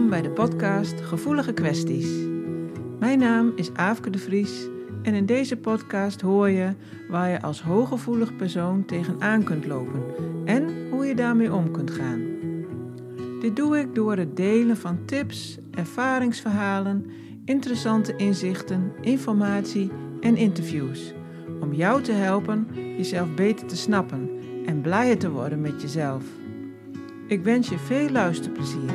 bij de podcast Gevoelige Kwesties. Mijn naam is Aafke de Vries en in deze podcast hoor je waar je als hooggevoelig persoon tegenaan kunt lopen en hoe je daarmee om kunt gaan. Dit doe ik door het delen van tips, ervaringsverhalen, interessante inzichten, informatie en interviews. Om jou te helpen jezelf beter te snappen en blijer te worden met jezelf. Ik wens je veel luisterplezier.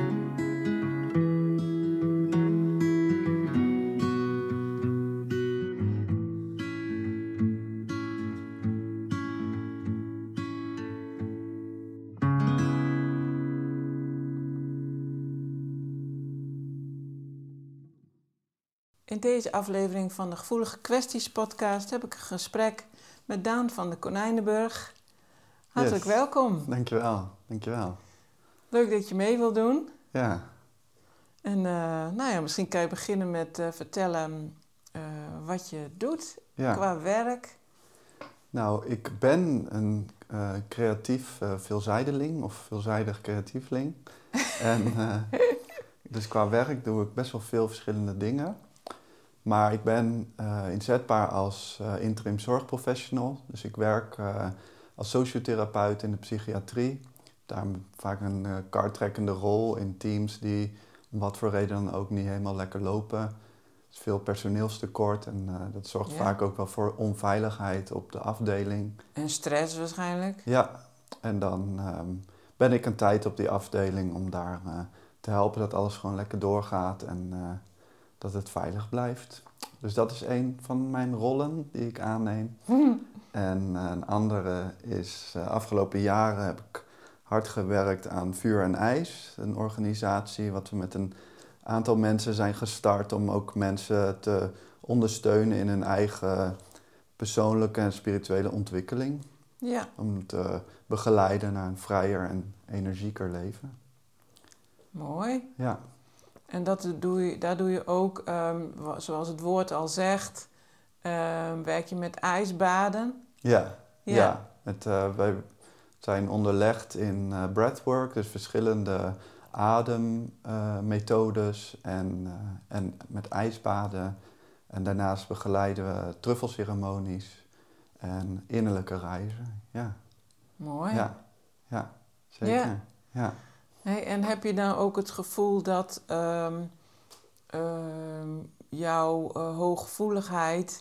In deze aflevering van de Gevoelige Kwesties podcast heb ik een gesprek met Daan van de Konijnenburg. Hartelijk welkom. Dankjewel. Leuk dat je mee wil doen. Ja. En misschien kan je beginnen met vertellen wat je doet qua werk. Nou, ik ben een creatief veelzijdeling of veelzijdig creatieveling. En dus qua werk doe ik best wel veel verschillende dingen. Maar ik ben inzetbaar als interim zorgprofessional. Dus ik werk als sociotherapeut in de psychiatrie. Daar vaak een kartrekkende rol in teams die om wat voor reden dan ook niet helemaal lekker lopen. Er is veel personeelstekort en dat zorgt vaak ook wel voor onveiligheid op de afdeling. En stress waarschijnlijk. Ja, en dan ben ik een tijd op die afdeling om daar te helpen dat alles gewoon lekker doorgaat en dat het veilig blijft. Dus dat is een van mijn rollen die ik aanneem. En een andere is, afgelopen jaren heb ik hard gewerkt aan Vuur en IJs. Een organisatie wat we met een aantal mensen zijn gestart om ook mensen te ondersteunen in hun eigen persoonlijke en spirituele ontwikkeling. Ja. Om te begeleiden naar een vrijer en energieker leven. Mooi. Ja. En daar doe je ook, zoals het woord al zegt, werk je met ijsbaden. Ja. Wij zijn onderlegd in breathwork, dus verschillende ademmethodes en met ijsbaden. En daarnaast begeleiden we truffelceremonies en innerlijke reizen. Ja. Mooi. Ja, zeker. Ja. Hey, en heb je dan ook het gevoel dat jouw hooggevoeligheid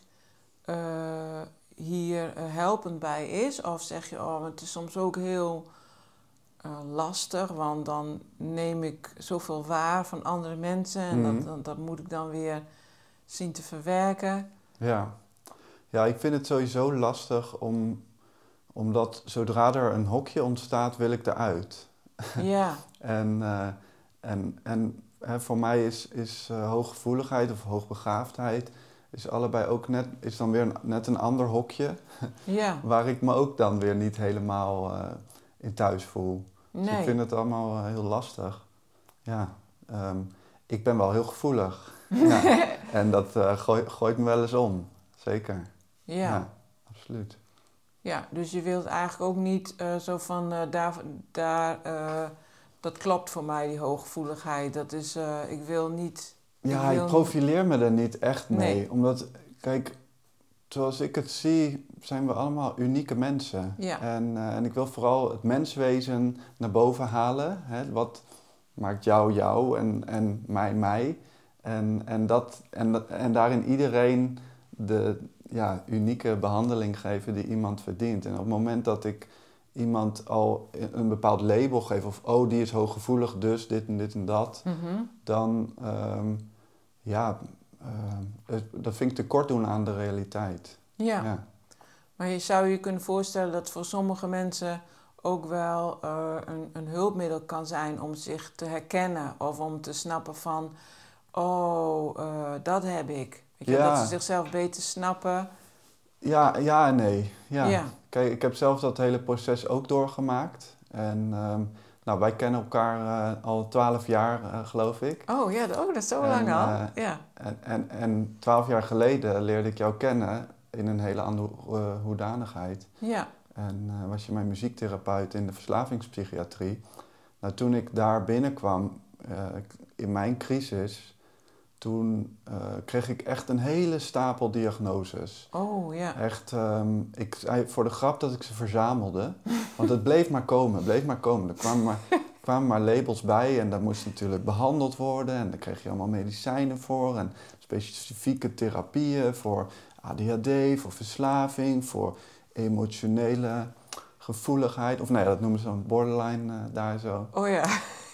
hier helpend bij is? Of zeg je, het is soms ook heel lastig, want dan neem ik zoveel waar van andere mensen en dat moet ik dan weer zien te verwerken. Ja, ik vind het sowieso lastig omdat zodra er een hokje ontstaat, wil ik eruit. Ja. En voor mij is hooggevoeligheid of hoogbegaafdheid is allebei ook is dan weer net een ander hokje. Ja. Waar ik me ook dan weer niet helemaal in thuis voel. Nee. Dus ik vind het allemaal heel lastig. Ja, ik ben wel heel gevoelig. Ja. En dat gooit me wel eens om. Zeker. Ja, absoluut. Ja, dus je wilt eigenlijk ook niet zo van dat klopt voor mij, die hooggevoeligheid. Dat is, ik wil niet... Ik profileer me er niet echt mee. Nee. Omdat, kijk, zoals ik het zie, zijn we allemaal unieke mensen. Ja. En ik wil vooral het menswezen naar boven halen. Hè? Wat maakt jou en mij. En daarin iedereen de unieke behandeling geven die iemand verdient. En op het moment dat ik iemand al een bepaald label geef, of die is hooggevoelig, dus dit en dat, dan dat vind ik tekort doen aan de realiteit. Ja. Maar je zou je kunnen voorstellen dat voor sommige mensen ook wel een hulpmiddel kan zijn om zich te herkennen of om te snappen van, dat heb ik. Weet je, dat ze zichzelf beter snappen. Ja en nee. Ja. Kijk, ik heb zelf dat hele proces ook doorgemaakt. En wij kennen elkaar al 12 jaar, geloof ik. Oh ja, dat is zo lang al. En 12 jaar geleden leerde ik jou kennen in een hele andere hoedanigheid. Ja. En was je mijn muziektherapeut in de verslavingspsychiatrie. Nou, toen ik daar binnenkwam, in mijn crisis, toen kreeg ik echt een hele stapel diagnoses. Oh, ja. Echt, ik zei voor de grap dat ik ze verzamelde. Want het bleef maar komen, Er kwamen maar labels bij en dat moest natuurlijk behandeld worden. En daar kreeg je allemaal medicijnen voor en specifieke therapieën voor ADHD, voor verslaving, voor emotionele gevoeligheid. Of nee, dat noemen ze dan borderline daar zo. Oh ja.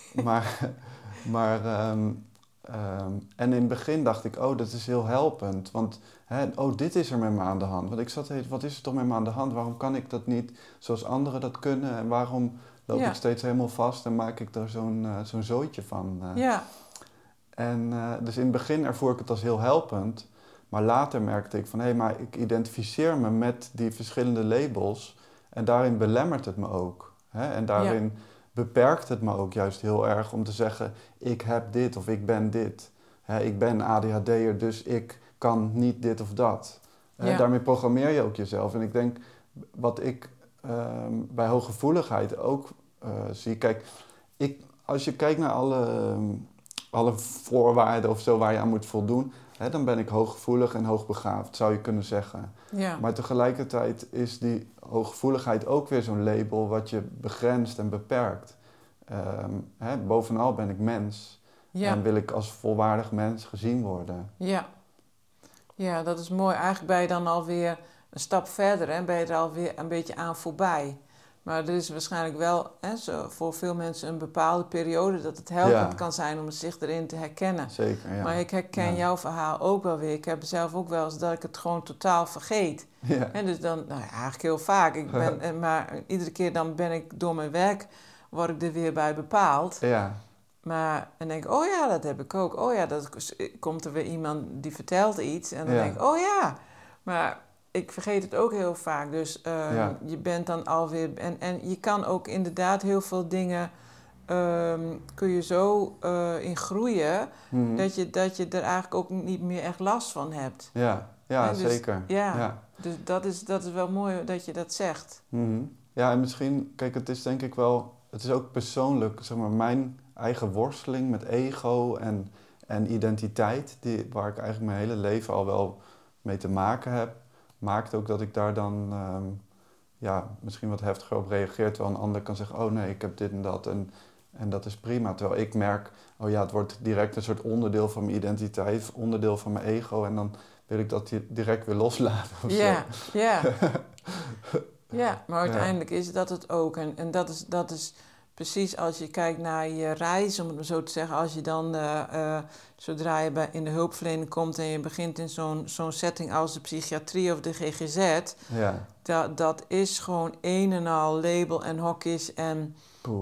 Maar en in het begin dacht ik, oh, dat is heel helpend. Want, dit is er met me aan de hand. Want ik zat wat is er toch met me aan de hand? Waarom kan ik dat niet zoals anderen dat kunnen? En waarom loop ik steeds helemaal vast en maak ik er zo'n zooitje van? Ja. En dus in het begin ervoer ik het als heel helpend. Maar later merkte ik van, maar ik identificeer me met die verschillende labels. En daarin belemmert het me ook. En daarin beperkt het me ook juist heel erg om te zeggen, ik heb dit of ik ben dit. Ik ben ADHD'er, dus ik kan niet dit of dat. Daarmee programmeer je ook jezelf. En ik denk, wat ik bij hooggevoeligheid ook zie. Kijk, als je kijkt naar alle voorwaarden of zo waar je aan moet voldoen, dan ben ik hooggevoelig en hoogbegaafd, zou je kunnen zeggen. Ja. Maar tegelijkertijd is die hooggevoeligheid ook weer zo'n label wat je begrenst en beperkt. Bovenal ben ik mens en wil ik als volwaardig mens gezien worden. Ja. Ja, dat is mooi. Eigenlijk ben je dan alweer een stap verder en ben je er alweer een beetje aan voorbij. Maar er is waarschijnlijk wel voor veel mensen een bepaalde periode dat het helpend kan zijn om zich erin te herkennen. Zeker, ja. Maar ik herken jouw verhaal ook wel weer. Ik heb zelf ook wel eens dat ik het gewoon totaal vergeet. Ja. En dus dan, eigenlijk heel vaak. Maar iedere keer dan ben ik door mijn werk, word ik er weer bij bepaald. Ja. Maar en denk ik, oh ja, dat heb ik ook. Oh ja, dat komt er weer iemand die vertelt iets. En dan denk ik, oh ja. Maar ik vergeet het ook heel vaak. Dus je bent dan alweer... En je kan ook inderdaad heel veel dingen... kun je zo in groeien... Mm-hmm. dat je er eigenlijk ook niet meer echt last van hebt. Ja, dus, zeker. Ja, dus dat is wel mooi dat je dat zegt. Mm-hmm. Ja, en misschien... Kijk, het is denk ik wel... Het is ook persoonlijk, zeg maar, mijn eigen worsteling met ego en identiteit... waar ik eigenlijk mijn hele leven al wel mee te maken heb... maakt ook dat ik daar dan misschien wat heftiger op reageer. Terwijl een ander kan zeggen, oh nee, ik heb dit en dat en dat is prima. Terwijl ik merk, oh ja, het wordt direct een soort onderdeel van mijn identiteit, onderdeel van mijn ego. En dan wil ik dat direct weer loslaten of zo. Ja. Ja, maar uiteindelijk is dat het ook. En dat is precies als je kijkt naar je reis, om het maar zo te zeggen. Als je dan, zodra je in de hulpverlening komt en je begint in zo'n setting als de psychiatrie of de GGZ. Ja. Dat is gewoon een en al label en hokjes. En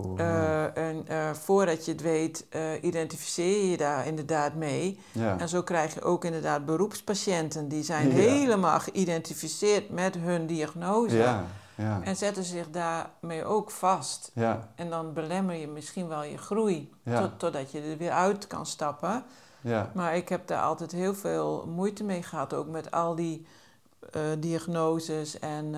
voordat je het weet, identificeer je daar inderdaad mee. Ja. En zo krijg je ook inderdaad beroepspatiënten. Die zijn helemaal geïdentificeerd met hun diagnose. Ja. En zetten zich daarmee ook vast. Ja. En dan belemmer je misschien wel je groei. Totdat je er weer uit kan stappen. Ja. Maar ik heb daar altijd heel veel moeite mee gehad. Ook met al die diagnoses. En,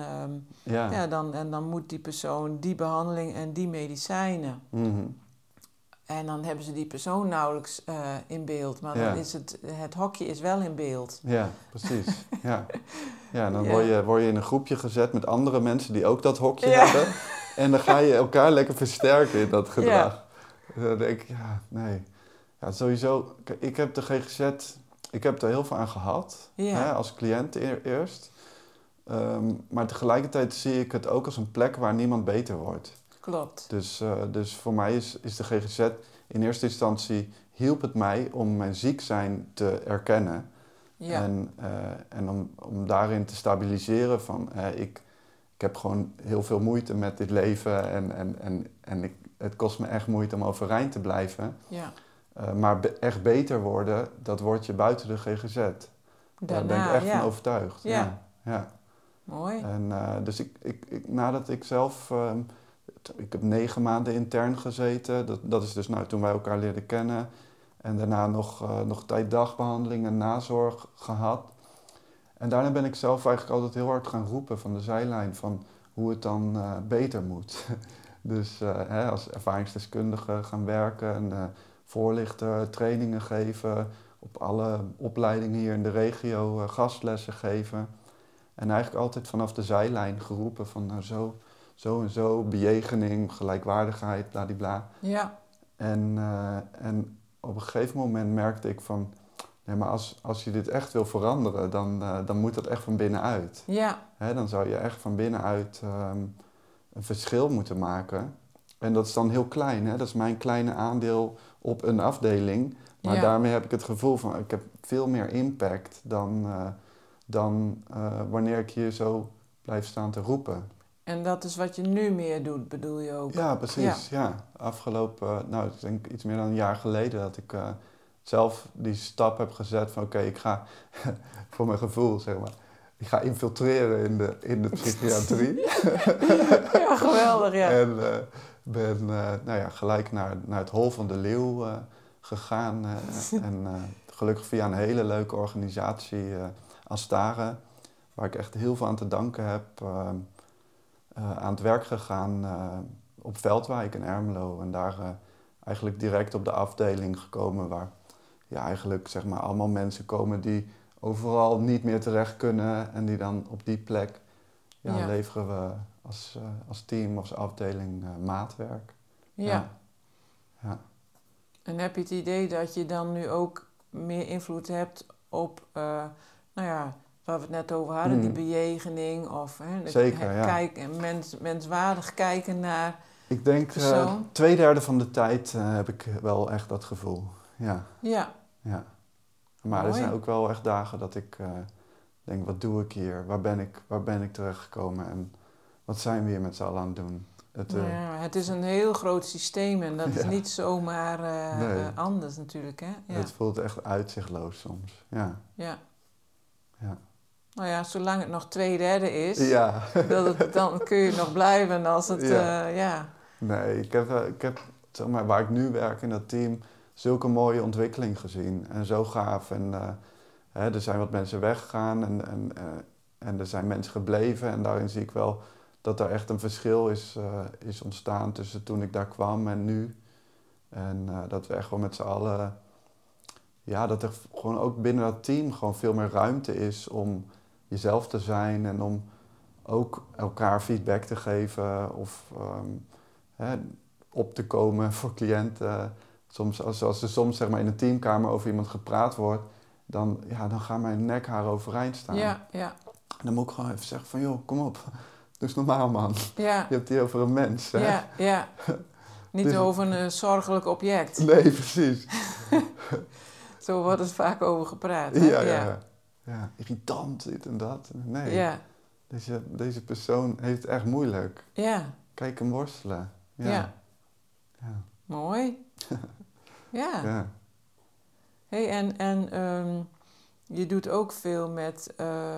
dan moet die persoon die behandeling en die medicijnen. Mm-hmm. En dan hebben ze die persoon nauwelijks in beeld. Maar dan is het hokje is wel in beeld. Ja, precies. Ja, dan word je in een groepje gezet met andere mensen die ook dat hokje hebben. En dan ga je elkaar lekker versterken in dat gedrag. Ja. Dan denk ik, nee. Ja, sowieso, ik heb de GGZ, ik heb er heel veel aan gehad. Hè, als cliënt eerst. Maar tegelijkertijd zie ik het ook als een plek waar niemand beter wordt. Klopt. Dus voor mij is de GGZ in eerste instantie hielp het mij om mijn ziek zijn te erkennen. Ja. En om daarin te stabiliseren van ik heb gewoon heel veel moeite met dit leven en het kost me echt moeite om overeind te blijven. Ja. Maar echt beter worden, dat word je buiten de GGZ. Daar ben ik echt van overtuigd. Ja. Mooi. En dus ik nadat ik zelf... ik heb 9 maanden intern gezeten. Dat is dus toen wij elkaar leerden kennen. En daarna nog tijd dagbehandeling en nazorg gehad. En daarna ben ik zelf eigenlijk altijd heel hard gaan roepen van de zijlijn... van hoe het dan beter moet. Dus als ervaringsdeskundige gaan werken... en voorlichter, trainingen geven, op alle opleidingen hier in de regio gastlessen geven. En eigenlijk altijd vanaf de zijlijn geroepen van nou zo en zo, bejegening, gelijkwaardigheid, bladibla. Ja. En op een gegeven moment merkte ik van, nee, maar als je dit echt wil veranderen, dan moet dat echt van binnenuit. Ja. Dan zou je echt van binnenuit een verschil moeten maken. En dat is dan heel klein, dat is mijn kleine aandeel op een afdeling. Maar daarmee heb ik het gevoel van, ik heb veel meer impact dan wanneer ik hier zo blijf staan te roepen. En dat is wat je nu meer doet, bedoel je ook? Ja, precies. Ja. Afgelopen, ik denk iets meer dan een jaar geleden dat ik zelf die stap heb gezet van oké, ik ga, voor mijn gevoel zeg maar, ik ga infiltreren in de psychiatrie. Ja, geweldig, ja. En ben gelijk naar het Hol van de Leeuw gegaan. En gelukkig via een hele leuke organisatie, Astare, waar ik echt heel veel aan te danken heb, aan het werk gegaan op Veldwijk in Ermelo. En daar eigenlijk direct op de afdeling gekomen waar eigenlijk zeg maar allemaal mensen komen die overal niet meer terecht kunnen. En die dan op die plek leveren we als team, als afdeling maatwerk. Ja. Ja. En heb je het idee dat je dan nu ook meer invloed hebt op, waar we het net over hadden, die bejegening of Zeker, menswaardig kijken naar ik denk 2/3 van de tijd heb ik wel echt dat gevoel. Ja. Ja. Ja. Maar er zijn ook wel echt dagen dat ik denk, wat doe ik hier? Waar ben ik terechtgekomen? En wat zijn we hier met z'n allen aan het doen? Het is een heel groot systeem en dat is niet zomaar anders natuurlijk, hè? Ja. Het voelt echt uitzichtloos soms, ja. Ja. Ja. Nou ja, zolang het nog 2/3 is, dan kun je nog blijven als het, Nee, ik heb zeg maar, waar ik nu werk in dat team, zulke mooie ontwikkeling gezien. En zo gaaf. En er zijn wat mensen weggegaan en er zijn mensen gebleven. En daarin zie ik wel dat er echt een verschil is ontstaan tussen toen ik daar kwam en nu. En dat we echt wel met z'n allen, dat er gewoon ook binnen dat team gewoon veel meer ruimte is om jezelf te zijn en om ook elkaar feedback te geven of op te komen voor cliënten. Als er soms zeg maar, in een teamkamer over iemand gepraat wordt, dan gaan mijn nekharen overeind staan. Ja, ja. En dan moet ik gewoon even zeggen van, joh, kom op. Doe eens normaal, man. Ja. Je hebt het hier over een mens. Hè? Ja, ja. Niet dus over een zorgelijk object. Nee, precies. Zo wordt het vaak over gepraat. Hè? Ja, irritant, dit en dat. Nee, ja. Deze persoon heeft het echt moeilijk. Ja. Kijk hem worstelen. Ja. Ja. Mooi. Ja. Ja. Hey, en je doet ook veel met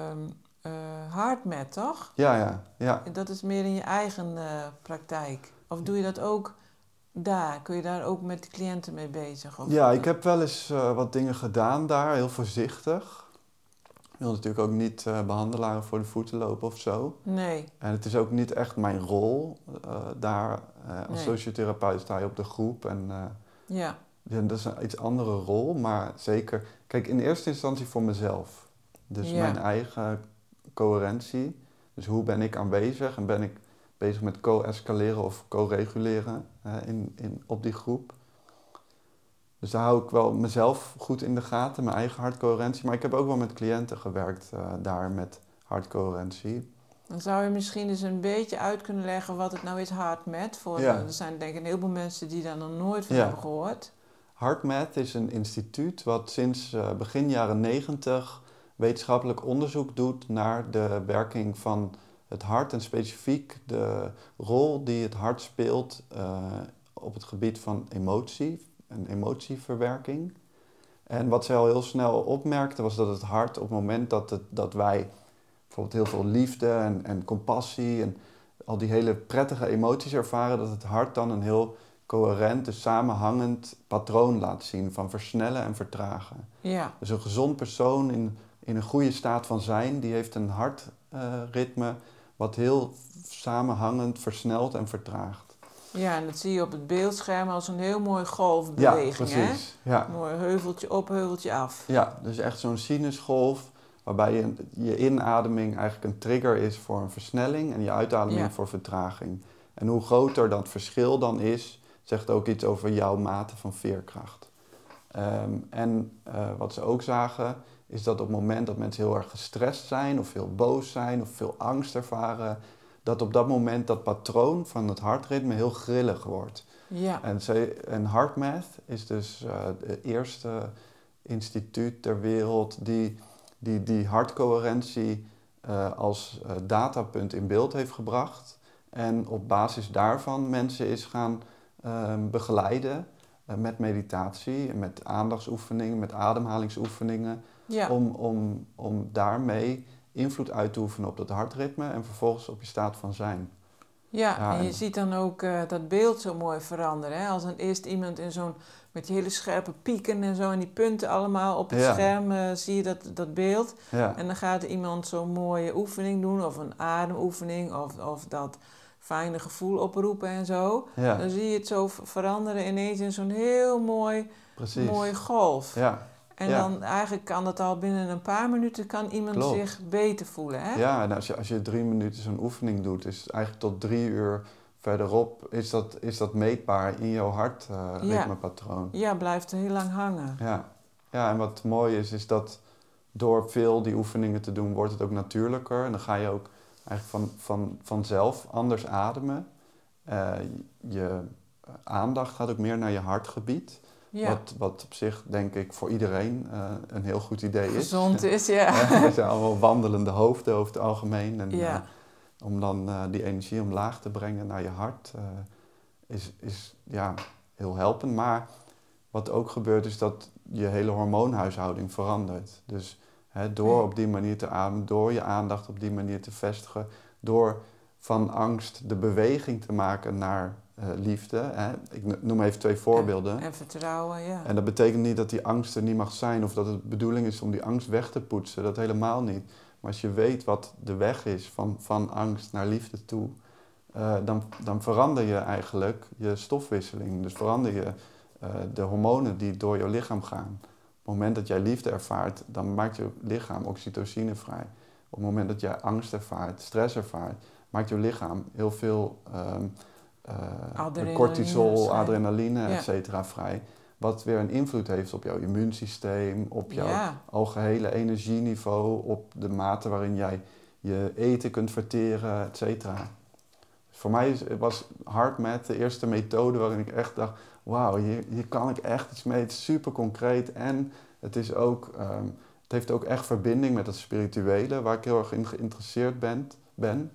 HeartMath, toch? Ja. Dat is meer in je eigen praktijk. Of doe je dat ook daar? Kun je daar ook met de cliënten mee bezig? Of? Ja, ik heb wel eens wat dingen gedaan daar, heel voorzichtig. Ik wil natuurlijk ook niet behandelaren voor de voeten lopen of zo. Nee. En het is ook niet echt mijn rol daar. Als sociotherapeut sta je op de groep en dat is een iets andere rol, maar zeker. Kijk, in eerste instantie voor mezelf. Dus mijn eigen coherentie. Dus hoe ben ik aanwezig en ben ik bezig met co-escaleren of co-reguleren op die groep. Dus daar hou ik wel mezelf goed in de gaten, mijn eigen hartcoherentie. Maar ik heb ook wel met cliënten gewerkt daar met hartcoherentie. Dan zou je misschien eens een beetje uit kunnen leggen wat het nou is, HeartMath. Er zijn denk ik een heleboel mensen die daar nog nooit van hebben gehoord. HeartMath is een instituut wat sinds begin jaren 90 wetenschappelijk onderzoek doet naar de werking van het hart en specifiek de rol die het hart speelt op het gebied van emotie en emotieverwerking. En wat zij al heel snel opmerkte was dat het hart op het moment dat wij bijvoorbeeld heel veel liefde en compassie en al die hele prettige emoties ervaren, dat het hart dan een heel coherent, dus samenhangend patroon laat zien van versnellen en vertragen. Ja. Dus een gezond persoon in een goede staat van zijn, die heeft een hartritme wat heel samenhangend versnelt en vertraagt. Ja, en dat zie je op het beeldscherm als een heel mooi golfbeweging, ja, precies. hè? Ja. Mooi heuveltje op, heuveltje af. Ja, dus echt zo'n sinusgolf waarbij je inademing eigenlijk een trigger is voor een versnelling en je uitademing voor vertraging. En hoe groter dat verschil dan is, zegt ook iets over jouw mate van veerkracht. Wat ze ook zagen, is dat op het moment dat mensen heel erg gestrest zijn of heel boos zijn of veel angst ervaren, dat op dat moment dat patroon van het hartritme heel grillig wordt. Ja. En HeartMath is dus de eerste instituut ter wereld die hartcoherentie als datapunt in beeld heeft gebracht. En op basis daarvan mensen is gaan begeleiden met meditatie, met aandachtsoefeningen, met ademhalingsoefeningen. Ja. Om daarmee invloed uit te oefenen op dat hartritme en vervolgens op je staat van zijn. Ja, en je ziet dan ook dat beeld zo mooi veranderen. Hè? Als dan eerst iemand met die hele scherpe pieken en zo en die punten allemaal op het scherm zie je dat beeld. Ja. En dan gaat er iemand zo'n mooie oefening doen of een ademoefening of dat fijne gevoel oproepen en zo. Ja. Dan zie je het zo veranderen ineens in zo'n heel mooie golf. Ja. En dan eigenlijk kan dat al binnen een paar minuten kan iemand zich beter voelen. Hè? Ja, en als je 3 minuten zo'n oefening doet, is eigenlijk tot 3 uur verderop is dat meetbaar in jouw hartritmepatroon. Ja, blijft er heel lang hangen. Ja, en wat mooi is dat door veel die oefeningen te doen, wordt het ook natuurlijker. En dan ga je ook eigenlijk vanzelf anders ademen. Je aandacht gaat ook meer naar je hartgebied. Ja. Wat op zich, denk ik, voor iedereen een heel goed idee is. Gezond is, ja. We zijn allemaal wandelende hoofden over het algemeen. En om dan die energie omlaag te brengen naar je hart is heel helpend. Maar wat ook gebeurt is dat je hele hormoonhuishouding verandert. Dus door op die manier te ademen, door je aandacht op die manier te vestigen, door van angst de beweging te maken naar liefde. Ik noem even 2 voorbeelden. En vertrouwen, ja. En dat betekent niet dat die angst er niet mag zijn of dat het de bedoeling is om die angst weg te poetsen. Dat helemaal niet. Maar als je weet wat de weg is van angst naar liefde toe, dan verander je eigenlijk je stofwisseling. Dus verander je de hormonen die door je lichaam gaan. Op het moment dat jij liefde ervaart, dan maakt je lichaam oxytocine vrij. Op het moment dat jij angst ervaart, stress ervaart, maakt je lichaam heel veel cortisol, adrenaline, et cetera, vrij. Wat weer een invloed heeft op jouw immuunsysteem, op jouw algehele energieniveau, op de mate waarin jij je eten kunt verteren, et cetera. Dus voor mij was HeartMath de eerste methode waarin ik echt dacht, wauw, hier kan ik echt iets mee. Het is super concreet en het is ook, het heeft ook echt verbinding met het spirituele, waar ik heel erg in geïnteresseerd ben.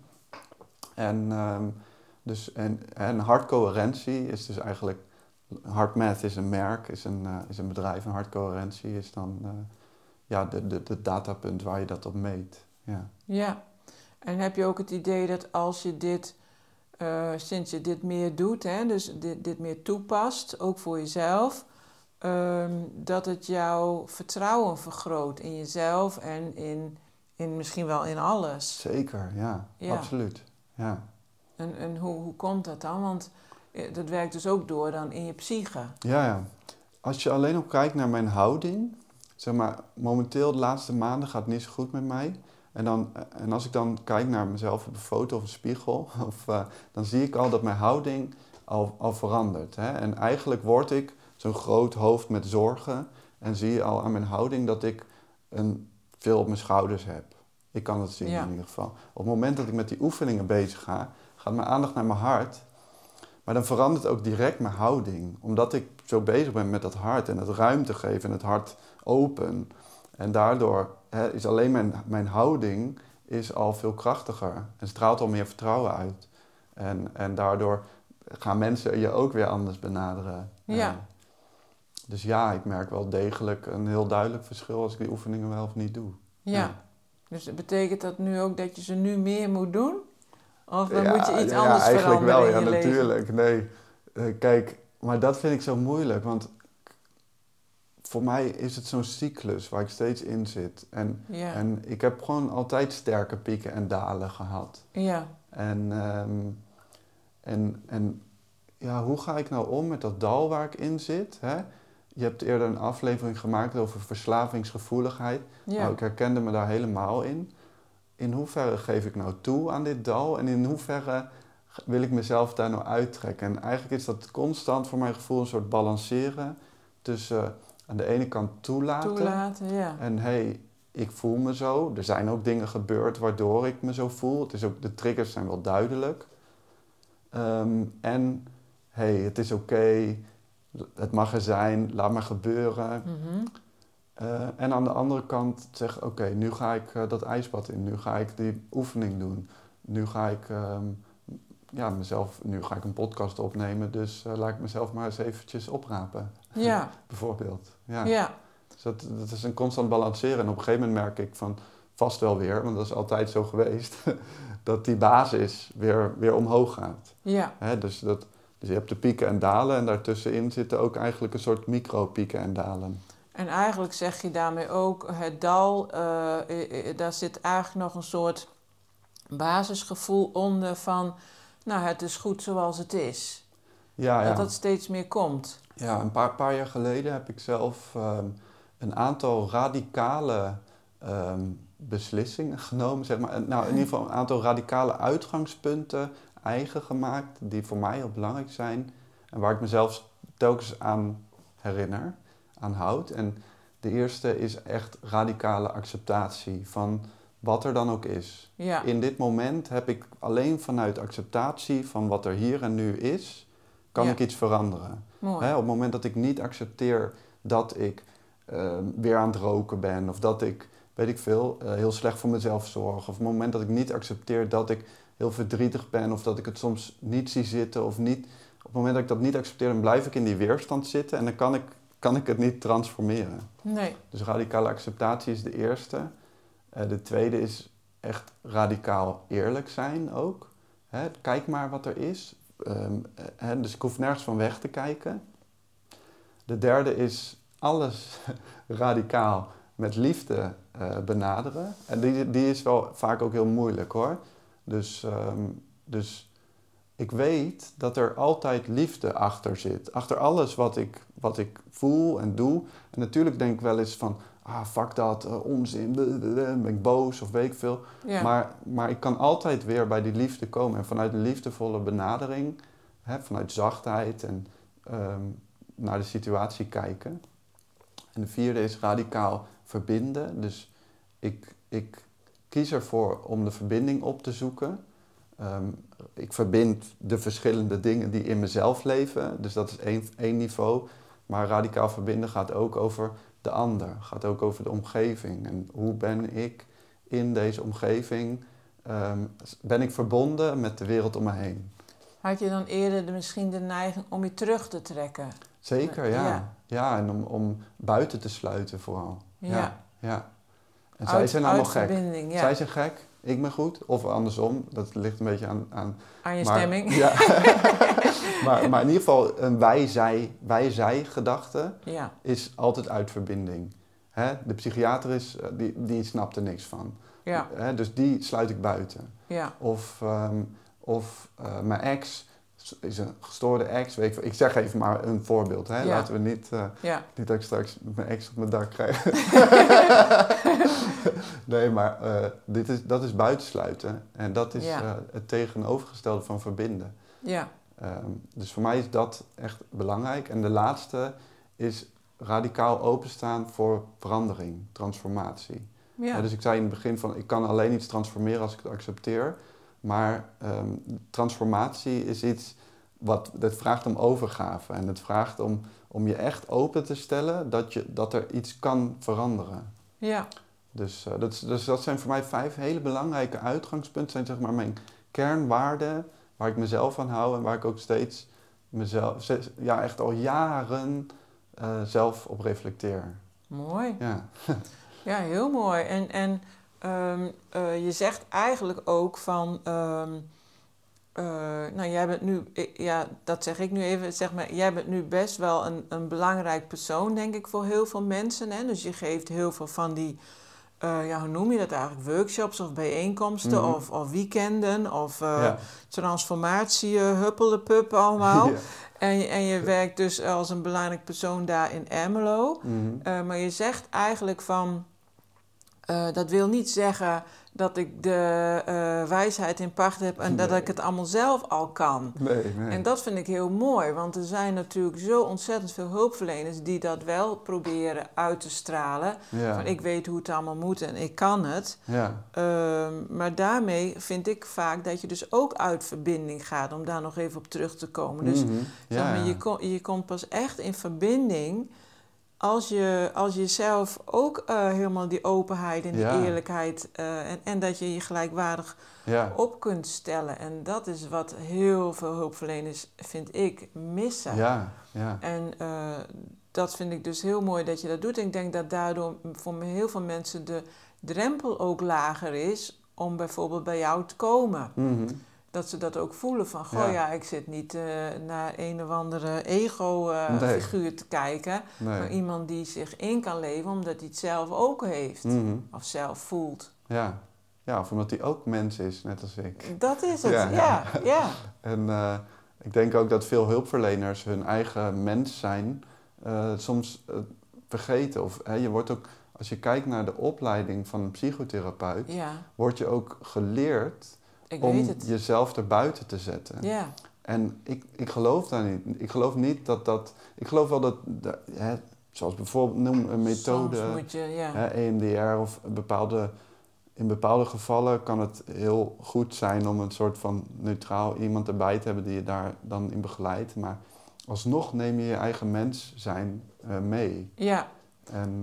En hartcoherentie is dus eigenlijk, HeartMath is een merk, is een bedrijf en hartcoherentie is dan de datapunt waar je dat op meet. Ja, en heb je ook het idee dat als je dit, sinds je dit meer doet, hè, dus dit meer toepast, ook voor jezelf, dat het jouw vertrouwen vergroot in jezelf en in misschien wel in alles? Zeker, ja. Absoluut. Ja. En hoe komt dat dan? Want dat werkt dus ook door dan in je psyche. Ja. Als je alleen op kijkt naar mijn houding, zeg maar, momenteel de laatste maanden gaat het niet zo goed met mij. En als ik dan kijk naar mezelf op een foto of een spiegel, dan zie ik al dat mijn houding al verandert. Hè? En eigenlijk word ik zo'n groot hoofd met zorgen en zie je al aan mijn houding dat ik veel op mijn schouders heb. Ik kan het zien in ieder geval. Op het moment dat ik met die oefeningen bezig ga, gaat mijn aandacht naar mijn hart. Maar dan verandert ook direct mijn houding. Omdat ik zo bezig ben met dat hart en het ruimte geven en het hart open. En daardoor is alleen mijn houding is al veel krachtiger. En straalt al meer vertrouwen uit. En daardoor gaan mensen je ook weer anders benaderen. Ja. Dus ja, ik merk wel degelijk een heel duidelijk verschil als ik die oefeningen wel of niet doe. Ja. Dus betekent dat nu ook dat je ze nu meer moet doen? Of moet je iets anders eigenlijk veranderen wel, in je leven? natuurlijk. Nee, kijk, maar dat vind ik zo moeilijk. Want voor mij is het zo'n cyclus waar ik steeds in zit. En ik heb gewoon altijd sterke pieken en dalen gehad. Ja. En ja, hoe ga ik nou om met dat dal waar ik in zit? Hè? Je hebt eerder een aflevering gemaakt over verslavingsgevoeligheid. Ja. Nou, ik herkende me daar helemaal in. In hoeverre geef ik nou toe aan dit dal? En in hoeverre wil ik mezelf daar nou uittrekken? En eigenlijk is dat constant voor mijn gevoel een soort balanceren tussen aan de ene kant toelaten. Ja. En ik voel me zo. Er zijn ook dingen gebeurd waardoor ik me zo voel. Het is ook, de triggers zijn wel duidelijk. En het is oké, het mag er zijn, laat maar gebeuren. Mm-hmm. En aan de andere kant zeg oké, nu ga ik dat ijsbad in, nu ga ik die oefening doen. Nu ga ik nu ga ik een podcast opnemen, dus laat ik mezelf maar eens eventjes oprapen. Ja. Bijvoorbeeld. Ja. Ja. Dus dat is een constant balanceren. En op een gegeven moment merk ik van vast wel weer, want dat is altijd zo geweest, dat die basis weer omhoog gaat. Ja. Dus je hebt de pieken en dalen en daartussenin zitten ook eigenlijk een soort micro-pieken en dalen. En eigenlijk zeg je daarmee ook, het dal, daar zit eigenlijk nog een soort basisgevoel onder van, nou, het is goed zoals het is. Ja. Dat steeds meer komt. Ja, een paar jaar geleden heb ik zelf een aantal radicale beslissingen genomen, zeg maar. Nou, in ieder geval een aantal radicale uitgangspunten eigen gemaakt, die voor mij heel belangrijk zijn en waar ik mezelf telkens aan herinner, aan houd. En de eerste is echt radicale acceptatie van wat er dan ook is. Ja. In dit moment heb ik alleen vanuit acceptatie van wat er hier en nu is, kan ik iets veranderen. Mooi. Op het moment dat ik niet accepteer dat ik weer aan het roken ben of dat ik, weet ik veel, heel slecht voor mezelf zorg. Of op het moment dat ik niet accepteer dat ik heel verdrietig ben of dat ik het soms niet zie zitten of niet. Op het moment dat ik dat niet accepteer, dan blijf ik in die weerstand zitten en dan kan ik het niet transformeren. Nee. Dus radicale acceptatie is de eerste. De tweede is echt radicaal eerlijk zijn ook. Kijk maar wat er is. Dus ik hoef nergens van weg te kijken. De derde is alles radicaal met liefde benaderen. En die is wel vaak ook heel moeilijk hoor. Dus ik weet dat er altijd liefde achter zit. Achter alles wat ik voel en doe. En natuurlijk denk ik wel eens van, fuck dat, onzin, ben ik boos of weet ik veel. Ja. Maar ik kan altijd weer bij die liefde komen. En vanuit een liefdevolle benadering, vanuit zachtheid en naar de situatie kijken. En de vierde is radicaal verbinden. Dus ik kies ervoor om de verbinding op te zoeken. Ik verbind de verschillende dingen die in mezelf leven. Dus dat is één niveau. Maar radicaal verbinden gaat ook over de ander. Gaat ook over de omgeving. En hoe ben ik in deze omgeving? Ben ik verbonden met de wereld om me heen? Had je dan eerder misschien de neiging om je terug te trekken? Zeker, ja. Ja, en om buiten te sluiten vooral. Ja. En zij zijn allemaal gek. Ja. Zij zijn gek, ik ben goed. Of andersom, dat ligt een beetje aan je stemming. Ja. maar in ieder geval een wij-zij gedachte is altijd uit verbinding. De psychiater die snapt er niks van. Ja. Dus die sluit ik buiten. Ja. Of mijn ex is een gestoorde ex. Ik zeg even maar een voorbeeld. Ja. Laten we niet dat ik straks mijn ex op mijn dak krijg. Nee, maar dat is buitensluiten. En dat is het tegenovergestelde van verbinden. Ja. Dus voor mij is dat echt belangrijk. En de laatste is radicaal openstaan voor verandering, transformatie. Ja. Dus ik zei in het begin van, ik kan alleen iets transformeren als ik het accepteer. Maar transformatie is iets dat vraagt om overgave. En het vraagt om je echt open te stellen dat er iets kan veranderen. Ja. Dus dat zijn voor mij 5 hele belangrijke uitgangspunten. Zijn zeg maar mijn kernwaarden waar ik mezelf aan hou en waar ik ook steeds mezelf, echt al jaren zelf op reflecteer. Mooi. Ja, ja, heel mooi. En je zegt eigenlijk ook van, jij bent nu, dat zeg ik nu even, zeg maar, jij bent nu best wel een belangrijk persoon, denk ik, voor heel veel mensen. Hè? Dus je geeft heel veel van die hoe noem je dat eigenlijk? Workshops of bijeenkomsten of weekenden of transformatie, huppelepup allemaal. Ja. En je werkt dus als een belangrijk persoon daar in Ermelo. Maar je zegt eigenlijk van, dat wil niet zeggen dat ik de wijsheid in pacht heb en dat ik het allemaal zelf al kan. Nee. En dat vind ik heel mooi, want er zijn natuurlijk zo ontzettend veel hulpverleners die dat wel proberen uit te stralen. Ja. Van ik weet hoe het allemaal moet en ik kan het. Ja. Maar daarmee vind ik vaak dat je dus ook uit verbinding gaat, om daar nog even op terug te komen. Dus zeg maar, je komt pas echt in verbinding als je zelf ook helemaal die openheid en die eerlijkheid en dat je je gelijkwaardig op kunt stellen. En dat is wat heel veel hulpverleners, vind ik, missen. Ja. En dat vind ik dus heel mooi dat je dat doet. En ik denk dat daardoor voor heel veel mensen de drempel ook lager is om bijvoorbeeld bij jou te komen. Dat ze dat ook voelen van, ik zit niet naar een of andere ego-figuur te kijken. Nee. Maar iemand die zich in kan leven omdat hij het zelf ook heeft. Of zelf voelt. Ja, of omdat hij ook mens is, net als ik. Dat is het, ja. En ik denk ook dat veel hulpverleners hun eigen mens zijn soms vergeten. Of je wordt ook, als je kijkt naar de opleiding van een psychotherapeut, word je ook geleerd om jezelf erbuiten te zetten. Ja. En ik geloof daar niet. Ik geloof niet dat... Ik geloof wel dat zoals bijvoorbeeld noem een methode, soms moet je, EMDR of in bepaalde gevallen kan het heel goed zijn om een soort van neutraal iemand erbij te hebben die je daar dan in begeleidt. Maar alsnog neem je je eigen mens zijn mee. Ja. En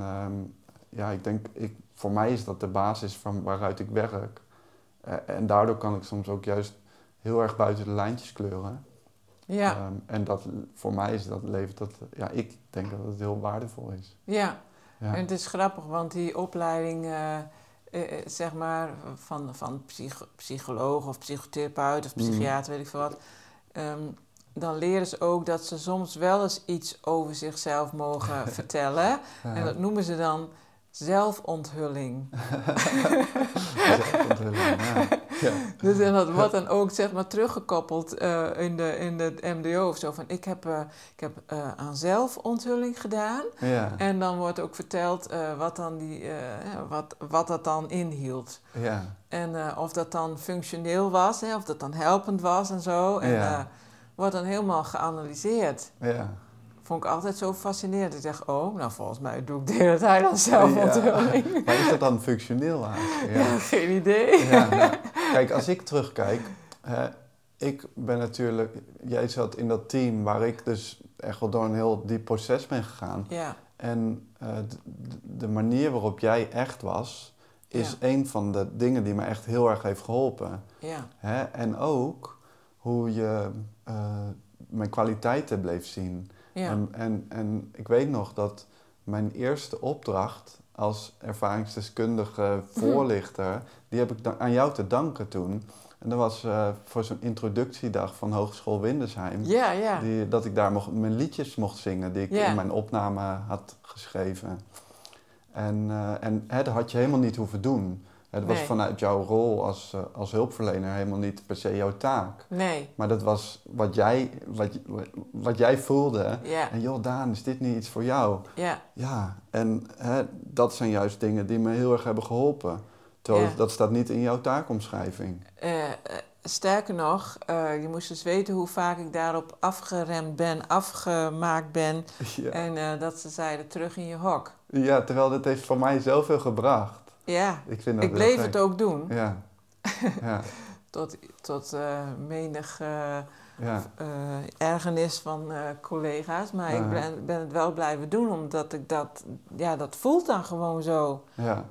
ik denk, voor mij is dat de basis van waaruit ik werk. En daardoor kan ik soms ook juist heel erg buiten de lijntjes kleuren. Ja. En dat, voor mij is dat levert dat... ik denk dat het heel waardevol is. Ja. En het is grappig, want die opleiding, zeg maar, van psycholoog of psychotherapeut of psychiater, weet ik veel wat... dan leren ze ook dat ze soms wel eens iets over zichzelf mogen vertellen. En dat noemen ze dan zelfonthulling. Zelfonthulling, ja. Dus en dat wordt dan ook, zeg maar, teruggekoppeld in de MDO of zo. Van ik heb aan zelfonthulling gedaan. Ja. En dan wordt ook verteld wat dat dan inhield. Ja. En of dat dan functioneel was, of dat dan helpend was en zo. En wordt dan helemaal geanalyseerd. Ja. Vond ik altijd zo fascinerend. Ik dacht, volgens mij doe ik de hele tijd dan zelfonthulling. Ja. Maar is dat dan functioneel eigenlijk? Ja, geen idee. Kijk, als ik terugkijk, ik ben natuurlijk... Jij zat in dat team waar ik dus echt wel door een heel diep proces ben gegaan. Ja. En de manier waarop jij echt was, is een van de dingen die me echt heel erg heeft geholpen. Ja. En ook hoe je mijn kwaliteiten bleef zien. Ja. En ik weet nog dat mijn eerste opdracht als ervaringsdeskundige voorlichter, die heb ik aan jou te danken toen. En dat was voor zo'n introductiedag van Hogeschool Windesheim. Ja. Dat ik daar mijn liedjes mocht zingen die ik in mijn opname had geschreven. En dat had je helemaal niet hoeven doen. Het was vanuit jouw rol als hulpverlener helemaal niet per se jouw taak. Nee. Maar dat was wat jij voelde. Ja. En joh, Daan, is dit niet iets voor jou? Ja. Ja, en dat zijn juist dingen die me heel erg hebben geholpen. Terwijl dat staat niet in jouw taakomschrijving. Sterker nog, je moest dus weten hoe vaak ik daarop afgeremd ben, afgemaakt ben. Ja. En dat ze zeiden, terug in je hok. Ja, terwijl dat heeft voor mij zoveel gebracht. Ja, Ik bleef het ook doen. Ja. tot menig ergernis van collega's. Maar ik ben het wel blijven doen, omdat ik dat voelt dan gewoon zo. Ja.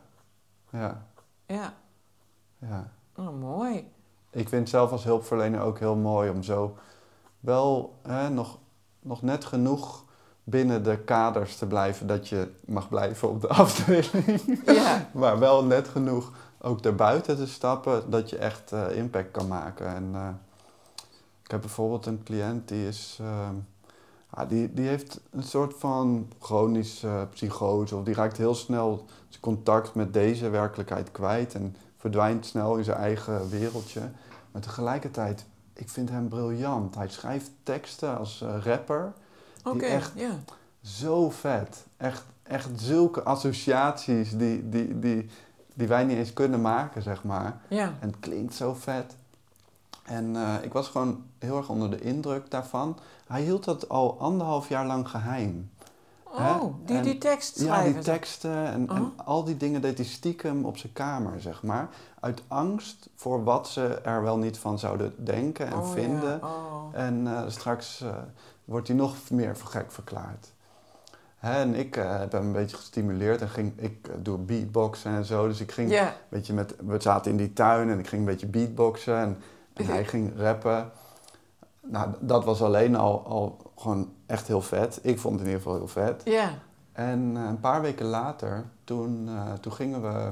Oh, mooi. Ik vind zelf als hulpverlener ook heel mooi om zo wel nog net genoeg binnen de kaders te blijven dat je mag blijven op de afdeling. Ja. Maar wel net genoeg ook daarbuiten te stappen dat je echt impact kan maken. En ik heb bijvoorbeeld een cliënt die is... Die heeft een soort van chronische psychose. Of die raakt heel snel zijn contact met deze werkelijkheid kwijt. En verdwijnt snel in zijn eigen wereldje. Maar tegelijkertijd, ik vind hem briljant. Hij schrijft teksten als rapper. Die echt zo vet. Echt zulke associaties die wij niet eens kunnen maken, zeg maar. Ja. En het klinkt zo vet. En ik was gewoon heel erg onder de indruk daarvan. Hij hield dat al 1,5 jaar lang geheim. Die tekst schrijven? Ja, die teksten en al die dingen deed hij stiekem op zijn kamer, zeg maar. Uit angst voor wat ze er wel niet van zouden denken en vinden. Ja. Oh. En straks wordt hij nog meer voor gek verklaard. En ik heb hem een beetje gestimuleerd en ik doe beatboxen en zo. Dus ik ging een beetje we zaten in die tuin en ik ging een beetje beatboxen en hij ging rappen. Nou, dat was alleen al gewoon echt heel vet. Ik vond het in ieder geval heel vet. Ja. En een paar weken later, toen gingen we...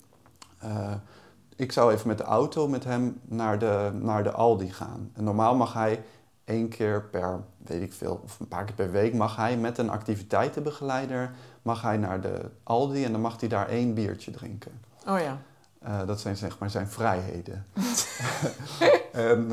ik zou even met de auto met hem naar de Aldi gaan. En normaal mag hij 1 keer per, weet ik veel, of een paar keer per week mag hij met een activiteitenbegeleider mag hij naar de Aldi en dan mag hij daar 1 biertje drinken. Oh ja. Dat zijn zeg maar zijn vrijheden. En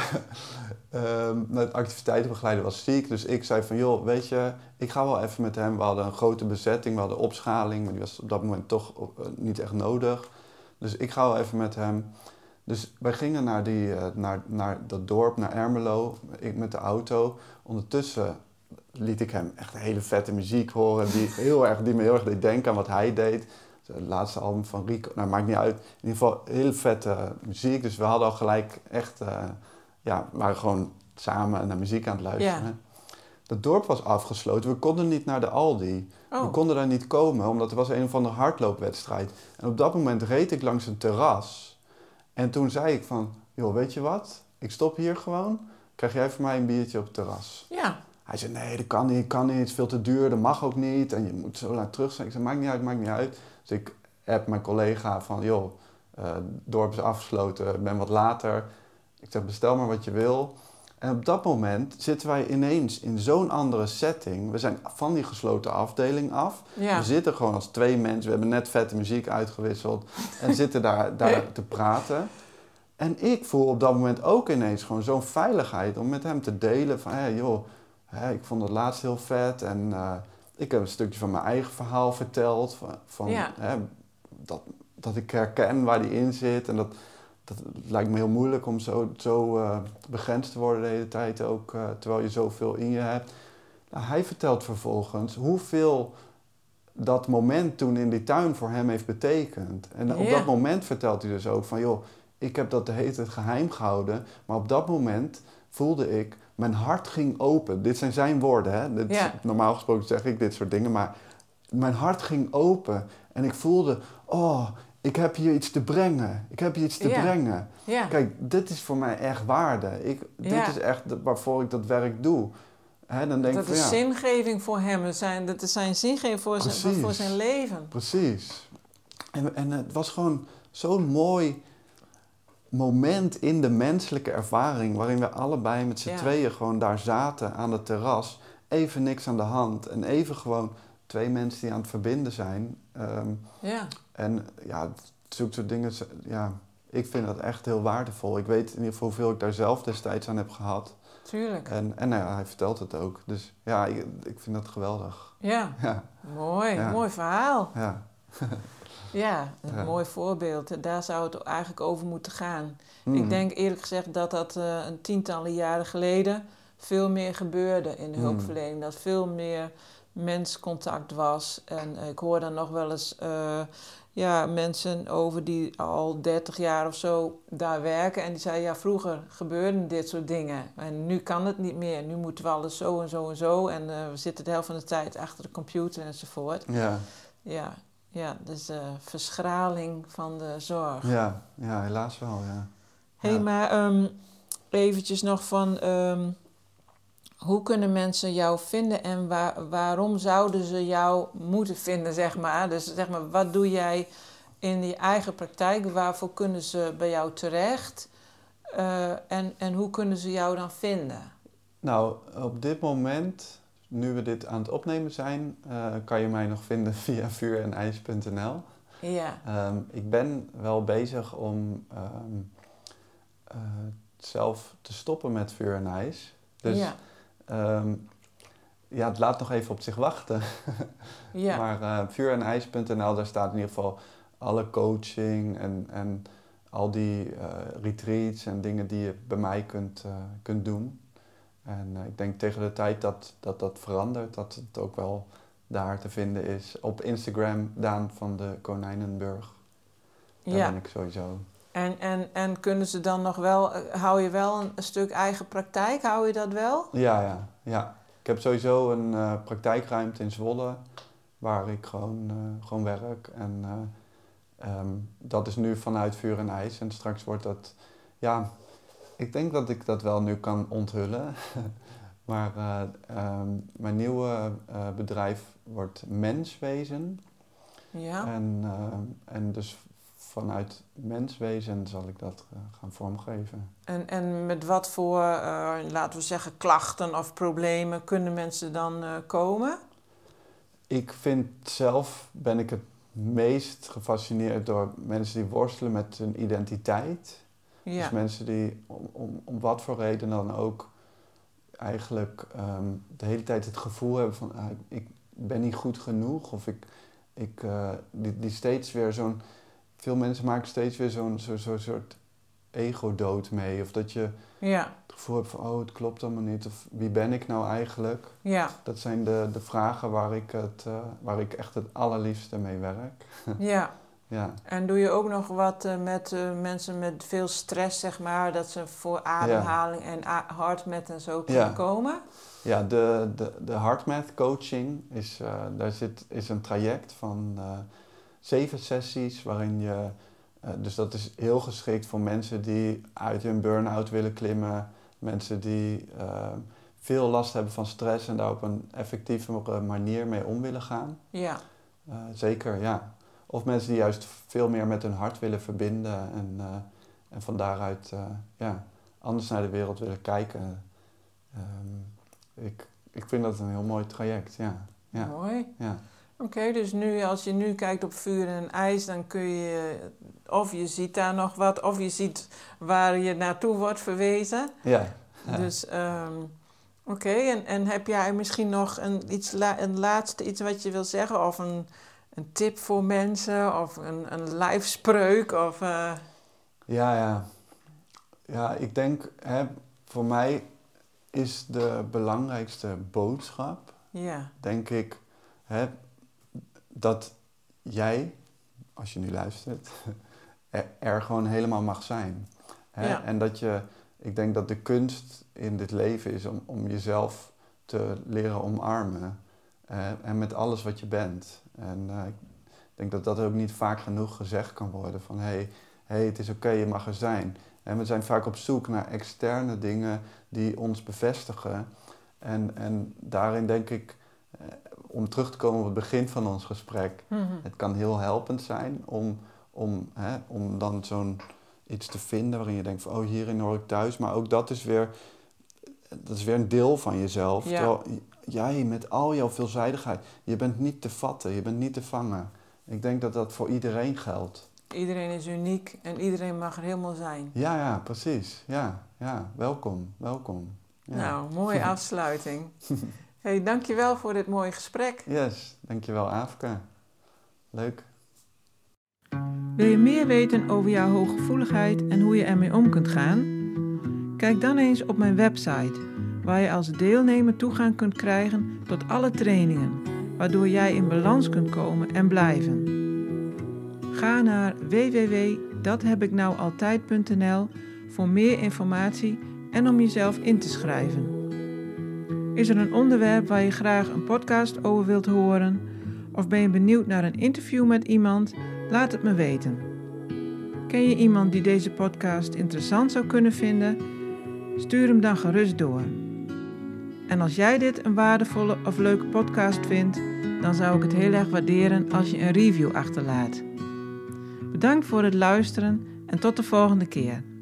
de activiteitenbegeleider was ziek, dus ik zei van joh, weet je, ik ga wel even met hem. We hadden een grote bezetting, we hadden opschaling, maar die was op dat moment toch niet echt nodig. Dus ik ga wel even met hem. Dus wij gingen naar dat dorp, naar Ermelo, ik met de auto. Ondertussen liet ik hem echt hele vette muziek horen die me heel erg deed denken aan wat hij deed. Het laatste album van Rico, nou maakt niet uit. In ieder geval hele vette muziek. Dus we hadden al gelijk echt, we waren gewoon samen naar muziek aan het luisteren. Ja. Het dorp was afgesloten. We konden niet naar de Aldi. We konden daar niet komen, omdat er was een of andere hardloopwedstrijd. En op dat moment reed ik langs een terras. En toen zei ik van, joh, weet je wat? Ik stop hier gewoon. Krijg jij voor mij een biertje op het terras? Ja. Hij zei, nee, dat kan niet, het is veel te duur, dat mag ook niet. En je moet zo laat terug zijn. Ik zei, maakt niet uit. Dus ik app mijn collega van, joh, het dorp is afgesloten, ik ben wat later. Ik zeg, bestel maar wat je wil. En op dat moment zitten wij ineens in zo'n andere setting. We zijn van die gesloten afdeling af. Ja. We zitten gewoon als 2 mensen, we hebben net vette muziek uitgewisseld en zitten daar te praten. En ik voel op dat moment ook ineens gewoon zo'n veiligheid om met hem te delen van, ik vond het laatst heel vet en ik heb een stukje van mijn eigen verhaal verteld. Dat ik herken waar die in zit. En dat lijkt me heel moeilijk om zo begrensd te worden de hele tijd ook. Terwijl je zoveel in je hebt. Nou, hij vertelt vervolgens hoeveel dat moment toen in die tuin voor hem heeft betekend. En op dat moment vertelt hij dus ook van, joh, ik heb dat de hele tijd geheim gehouden. Maar op dat moment voelde ik, mijn hart ging open. Dit zijn zijn woorden, hè. Normaal gesproken zeg ik dit soort dingen, maar mijn hart ging open. En ik voelde, ik heb hier iets te brengen. brengen. Ja. Kijk, dit is voor mij echt waarde. Dit is echt waarvoor ik dat werk doe. Dan denk dat is zingeving voor hem. Dat is zijn zingeving voor zijn leven. Precies. En het was gewoon zo'n mooi moment in de menselijke ervaring, waarin we allebei met z'n tweeën gewoon daar zaten aan het terras. Even niks aan de hand. En even gewoon 2 mensen die aan het verbinden zijn. En zulke soort dingen, ik vind dat echt heel waardevol. Ik weet in ieder geval hoeveel ik daar zelf destijds aan heb gehad. Tuurlijk. En hij vertelt het ook. Dus ja, ik vind dat geweldig. Ja. Mooi verhaal. Ja. Ja, een mooi voorbeeld. Daar zou het eigenlijk over moeten gaan. Ik denk eerlijk gezegd dat een tientallen jaren geleden veel meer gebeurde in de hulpverlening. Dat veel meer menscontact was. En ik hoor dan nog wel eens mensen over die al 30 jaar of zo daar werken. En die zeiden, vroeger gebeurden dit soort dingen. En nu kan het niet meer. Nu moeten we alles zo en zo en zo. En we zitten de helft van de tijd achter de computer enzovoort. Ja, dus verschraling van de zorg. Ja, helaas wel, ja. Hé, maar eventjes nog van, hoe kunnen mensen jou vinden en waarom zouden ze jou moeten vinden, zeg maar? Dus zeg maar, wat doe jij in je eigen praktijk? Waarvoor kunnen ze bij jou terecht? En hoe kunnen ze jou dan vinden? Nou, op dit moment nu we dit aan het opnemen zijn, kan je mij nog vinden via vuurenijs.nl. Ja. Ik ben wel bezig om zelf te stoppen met vuur en ijs. Dus het laat nog even op zich wachten. Ja. Maar vuurenijs.nl, daar staat in ieder geval alle coaching en al die retreats en dingen die je bij mij kunt doen. En ik denk tegen de tijd dat verandert, dat het ook wel daar te vinden is. Op Instagram, Daan van de Konijnenburg. Daar ben ik sowieso. En kunnen ze dan nog wel, hou je wel een stuk eigen praktijk? Hou je dat wel? Ja. Ik heb sowieso een praktijkruimte in Zwolle, waar ik gewoon werk. En dat is nu vanuit Vuur en IJs. En straks wordt dat, ik denk dat ik dat wel nu kan onthullen. Maar mijn nieuwe bedrijf wordt Menswezen. Ja. En dus vanuit Menswezen zal ik dat gaan vormgeven. En met wat voor, laten we zeggen, klachten of problemen kunnen mensen dan komen? Ik vind zelf, ben ik het meest gefascineerd door mensen die worstelen met hun identiteit. Ja. Dus mensen die om wat voor reden dan ook eigenlijk de hele tijd het gevoel hebben van ik ben niet goed genoeg. Of die steeds weer zo'n... Veel mensen maken steeds weer zo'n soort ego-dood mee. Of dat je het gevoel hebt van het klopt allemaal niet. Of wie ben ik nou eigenlijk? Ja. Dat zijn de vragen waar ik echt het allerliefste mee werk. Ja. Ja. En doe je ook nog wat met mensen met veel stress, zeg maar, dat ze voor ademhaling en HeartMath en zo kunnen komen? Ja, de HeartMath coaching is een traject van 7 sessies waarin je... dus dat is heel geschikt voor mensen die uit hun burn-out willen klimmen. Mensen die veel last hebben van stress en daar op een effectieve manier mee om willen gaan. Ja. Zeker, ja. Of mensen die juist veel meer met hun hart willen verbinden en van daaruit anders naar de wereld willen kijken. Ik vind dat een heel mooi traject, ja. Mooi. Ja. Oké, dus nu, als je nu kijkt op Vuur en IJs, dan kun je... Of je ziet daar nog wat, of je ziet waar je naartoe wordt verwezen. Ja. Dus, oké. En heb jij misschien nog een laatste iets wat je wil zeggen? Of een tip voor mensen? Of een lijfspreuk? Of, Ja, ik denk, voor mij is de belangrijkste boodschap, denk ik, dat jij, als je nu luistert, er gewoon helemaal mag zijn. En ik denk dat de kunst in dit leven is om jezelf te leren omarmen. En met alles wat je bent. En ik denk dat dat ook niet vaak genoeg gezegd kan worden. Van hey, het is oké, je mag er zijn. En we zijn vaak op zoek naar externe dingen die ons bevestigen. En daarin denk ik, om terug te komen op het begin van ons gesprek. Mm-hmm. Het kan heel helpend zijn om dan zo'n iets te vinden waarin je denkt van hierin hoor ik thuis. Maar ook dat is weer een deel van jezelf. Ja. Terwijl jij met al jouw veelzijdigheid, je bent niet te vatten, je bent niet te vangen. Ik denk dat dat voor iedereen geldt. Iedereen is uniek en iedereen mag er helemaal zijn. Ja, precies. Ja, welkom. Ja. Nou, mooie afsluiting. Hey, dankjewel voor dit mooie gesprek. Yes, dankjewel Aafke. Leuk. Wil je meer weten over jouw hooggevoeligheid en hoe je ermee om kunt gaan? Kijk dan eens op mijn website, waar je als deelnemer toegang kunt krijgen tot alle trainingen, waardoor jij in balans kunt komen en blijven. Ga naar www.dathebiknoualtijd.nl voor meer informatie en om jezelf in te schrijven. Is er een onderwerp waar je graag een podcast over wilt horen? Of ben je benieuwd naar een interview met iemand? Laat het me weten. Ken je iemand die deze podcast interessant zou kunnen vinden? Stuur hem dan gerust door. En als jij dit een waardevolle of leuke podcast vindt, dan zou ik het heel erg waarderen als je een review achterlaat. Bedankt voor het luisteren en tot de volgende keer.